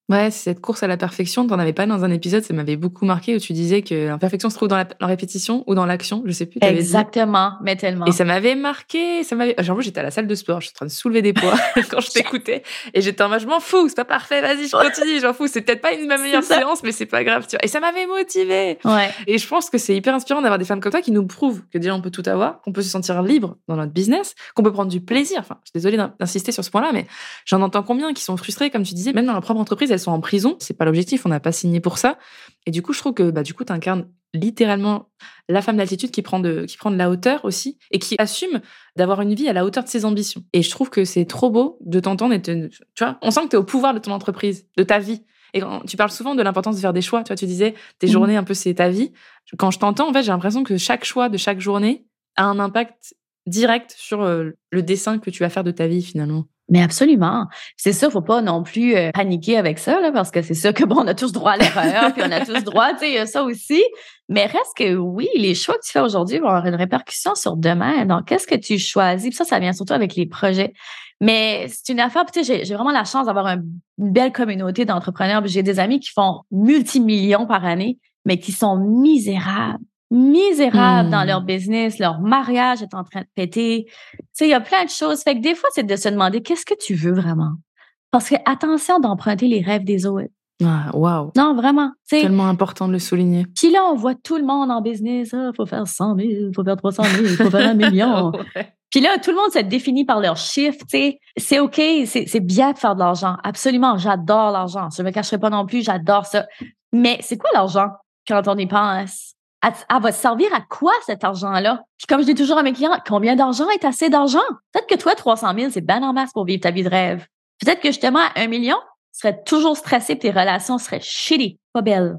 Ouais, c'est cette course à la perfection. T'en avais pas dans un épisode, ça m'avait beaucoup marqué, où tu disais que l'imperfection se trouve dans la, la répétition ou dans l'action, je sais plus. Exactement, dit. Mais tellement. Et ça m'avait marqué, ça m'avait. J'avoue, j'étais à la salle de sport, je suis en train de soulever des poids quand je t'écoutais, et j'étais en mode, je m'en fous, c'est pas parfait, vas-y, je continue, j'en fous. C'est peut-être pas une ma meilleure séance, mais c'est pas grave, tu vois. Et ça m'avait motivée. Ouais. Et je pense que c'est hyper inspirant d'avoir des femmes comme toi qui nous prouvent que déjà on peut tout avoir, qu'on peut se sentir libre dans notre business, qu'on peut prendre du plaisir. Enfin, je suis désolée d'insister sur ce point-là, mais j'en entends combien qui sont frustrées, comme tu disais, même dans leur propre entreprise, elles sont en prison. C'est pas l'objectif, on n'a pas signé pour ça. Et du coup, je trouve que bah, du coup, tu incarnes littéralement la femme d'altitude qui prend, de, qui prend de la hauteur aussi et qui assume d'avoir une vie à la hauteur de ses ambitions. Et je trouve que c'est trop beau de t'entendre et te, tu vois, on sent que tu es au pouvoir de ton entreprise, de ta vie. Et quand, tu parles souvent de l'importance de faire des choix. Tu vois, tu disais, tes mmh. journées, un peu, c'est ta vie. Quand je t'entends, en fait, j'ai l'impression que chaque choix de chaque journée a un impact direct sur euh, le dessin que tu vas faire de ta vie, finalement. Mais absolument. C'est sûr, faut pas non plus euh, paniquer avec ça, là, parce que c'est sûr que bon, on a tous droit à l'erreur, puis on a tous droit, tu sais, il y a ça aussi. Mais reste que oui, les choix que tu fais aujourd'hui vont avoir une répercussion sur demain. Donc, qu'est-ce que tu choisis? Puis ça, ça vient surtout avec les projets. Mais c'est une affaire, tu sais, j'ai, j'ai vraiment la chance d'avoir un, une belle communauté d'entrepreneurs. Puis j'ai des amis qui font multimillions par année, mais qui sont misérables. misérables mmh. dans leur business, leur mariage est en train de péter. Tu sais, il y a plein de choses. Fait que des fois, c'est de se demander qu'est-ce que tu veux vraiment. Parce que attention d'emprunter les rêves des autres. Ah, wow. Non, vraiment. C'est tellement important de le souligner. Puis là, on voit tout le monde en business. Il ah, faut faire cent mille, il faut faire trois cent mille, il faut faire un million. Ouais. Puis là, tout le monde se définit par leur chiffre. Tu sais, c'est OK, c'est, c'est bien de faire de l'argent. Absolument, j'adore l'argent. Je ne me cacherai pas non plus, j'adore ça. Mais c'est quoi l'argent quand on y pense? Elle, elle va te servir à quoi, cet argent-là? Puis comme je dis toujours à mes clients, combien d'argent est assez d'argent? Peut-être que toi, trois cent mille, c'est ben en masse pour vivre ta vie de rêve. Peut-être que justement, à un million, tu serais toujours stressé et tes relations seraient shitty, pas belles.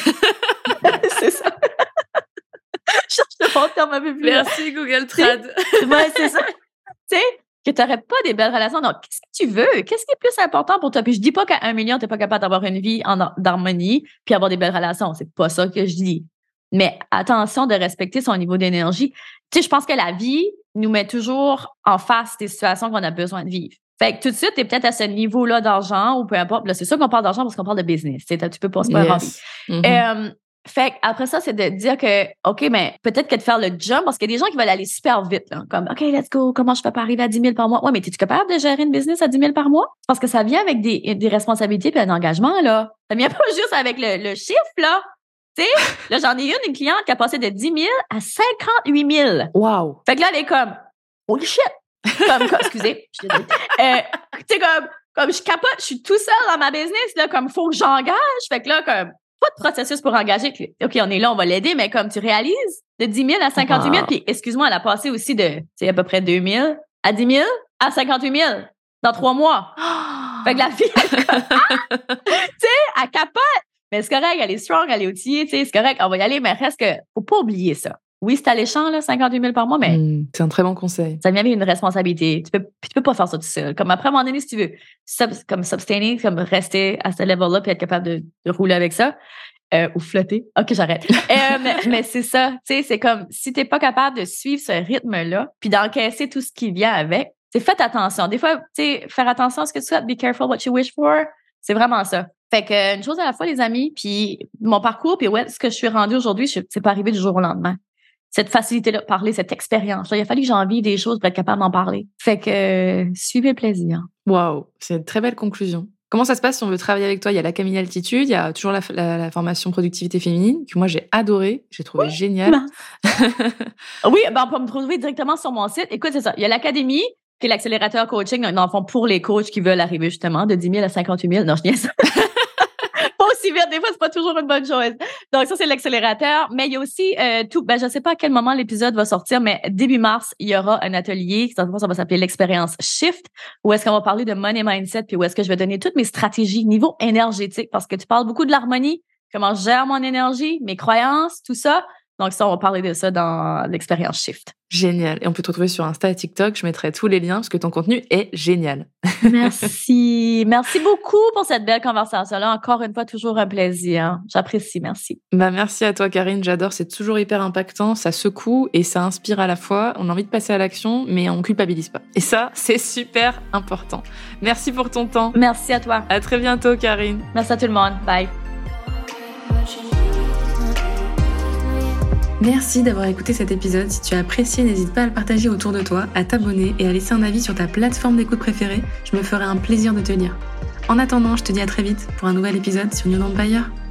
C'est ça. Je cherche le bon terme un peu plus. Merci, Google Trad. Ouais, c'est ça. Tu sais, que tu n'aurais pas des belles relations. Donc, qu'est-ce que tu veux? Qu'est-ce qui est plus important pour toi? Puis je dis pas qu'à un million, tu n'es pas capable d'avoir une vie en d'harmonie puis avoir des belles relations. C'est pas ça que je dis. Mais attention de respecter son niveau d'énergie. Tu sais, je pense que la vie nous met toujours en face des situations qu'on a besoin de vivre. Fait que tout de suite, tu es peut-être à ce niveau-là d'argent ou peu importe. Là, c'est sûr qu'on parle d'argent parce qu'on parle de business. Tu sais, tu peux pas se faire yes. mm-hmm. euh, Fait après ça, c'est de dire que, OK, mais peut-être que de faire le jump, parce qu'il y a des gens qui veulent aller super vite, là, comme, OK, let's go, comment je fais pour arriver à dix mille par mois? Ouais, mais es-tu capable de gérer une business à dix mille par mois? Parce que ça vient avec des, des responsabilités et un engagement, là. Ça vient pas juste avec le, le chiffre, là. Tu sais, là, j'en ai une, une cliente qui a passé de dix mille à cinquante-huit mille. Wow. Fait que là, elle est comme, holy shit! Comme, comme excusez, je euh, tu sais, comme, comme je capote, je suis tout seul dans ma business, là, comme, faut que j'engage. Fait que là, comme, pas de processus pour engager. OK, on est là, on va l'aider, mais comme tu réalises, de dix mille à cinquante-huit mille, wow. Puis excuse-moi, elle a passé aussi de, c'est à peu près deux mille à dix mille à cinquante-huit mille dans trois mois. Fait que la fille, tu sais, elle capote. Mais c'est correct, elle est strong, elle est outillée, tu sais, c'est correct, on va y aller, mais reste que, faut pas oublier ça. Oui, c'est alléchant, là, cinquante-huit mille par mois, mais. Mmh, c'est un très bon conseil. Ça vient avec une responsabilité. Tu peux, tu peux pas faire ça tout seul. Comme après, à un moment donné, si tu veux, sub, comme sustaining, comme rester à ce level-là puis être capable de, de rouler avec ça, euh, ou flotter. OK, j'arrête. euh, mais, mais c'est ça. Tu sais, c'est comme, si t'es pas capable de suivre ce rythme-là puis d'encaisser tout ce qui vient avec, c'est faites attention. Des fois, tu sais, faire attention à ce que tu souhaites, be careful what you wish for, c'est vraiment ça. Fait que, une chose à la fois, les amis, puis mon parcours, puis ouais, ce que je suis rendue aujourd'hui, c'est pas arrivé du jour au lendemain. Cette facilité-là de parler, cette expérience. Il a fallu que j'en vive des choses pour être capable d'en parler. Fait que, euh, suivez le plaisir. Wow, c'est une très belle conclusion. Comment ça se passe si on veut travailler avec toi? Il y a l'Académie Altitude, il y a toujours la, la, la formation productivité féminine, que moi j'ai adoré, j'ai trouvé oui, génial. Oui, ben on peut me trouver directement sur mon site. Écoute, c'est ça. Il y a l'Académie, qui est l'accélérateur coaching, dans le fond, pour les coachs qui veulent arriver justement de dix mille à cinquante-huit mille. Non, je niaise. Pas aussi vite, des fois, c'est pas toujours une bonne chose. Donc, ça, c'est l'accélérateur. Mais il y a aussi euh, tout, ben, je sais pas à quel moment l'épisode va sortir, mais début mars, il y aura un atelier, ça va s'appeler l'expérience Shift, où est-ce qu'on va parler de money mindset, puis où est-ce que je vais donner toutes mes stratégies niveau énergétique, parce que tu parles beaucoup de l'harmonie, comment je gère mon énergie, mes croyances, tout ça. Donc ça, on va parler de ça dans l'expérience Shift. Génial. Et on peut te retrouver sur Insta et TikTok. Je mettrai tous les liens parce que ton contenu est génial. Merci. Merci beaucoup pour cette belle conversation-là. Encore une fois, toujours un plaisir. J'apprécie. Merci. Bah, merci à toi, Karine. J'adore. C'est toujours hyper impactant. Ça secoue et ça inspire à la fois. On a envie de passer à l'action, mais on culpabilise pas. Et ça, c'est super important. Merci pour ton temps. Merci à toi. À très bientôt, Karine. Merci à tout le monde. Bye. Merci d'avoir écouté cet épisode. Si tu as apprécié, n'hésite pas à le partager autour de toi, à t'abonner et à laisser un avis sur ta plateforme d'écoute préférée. Je me ferai un plaisir de te lire. En attendant, je te dis à très vite pour un nouvel épisode sur New Empire.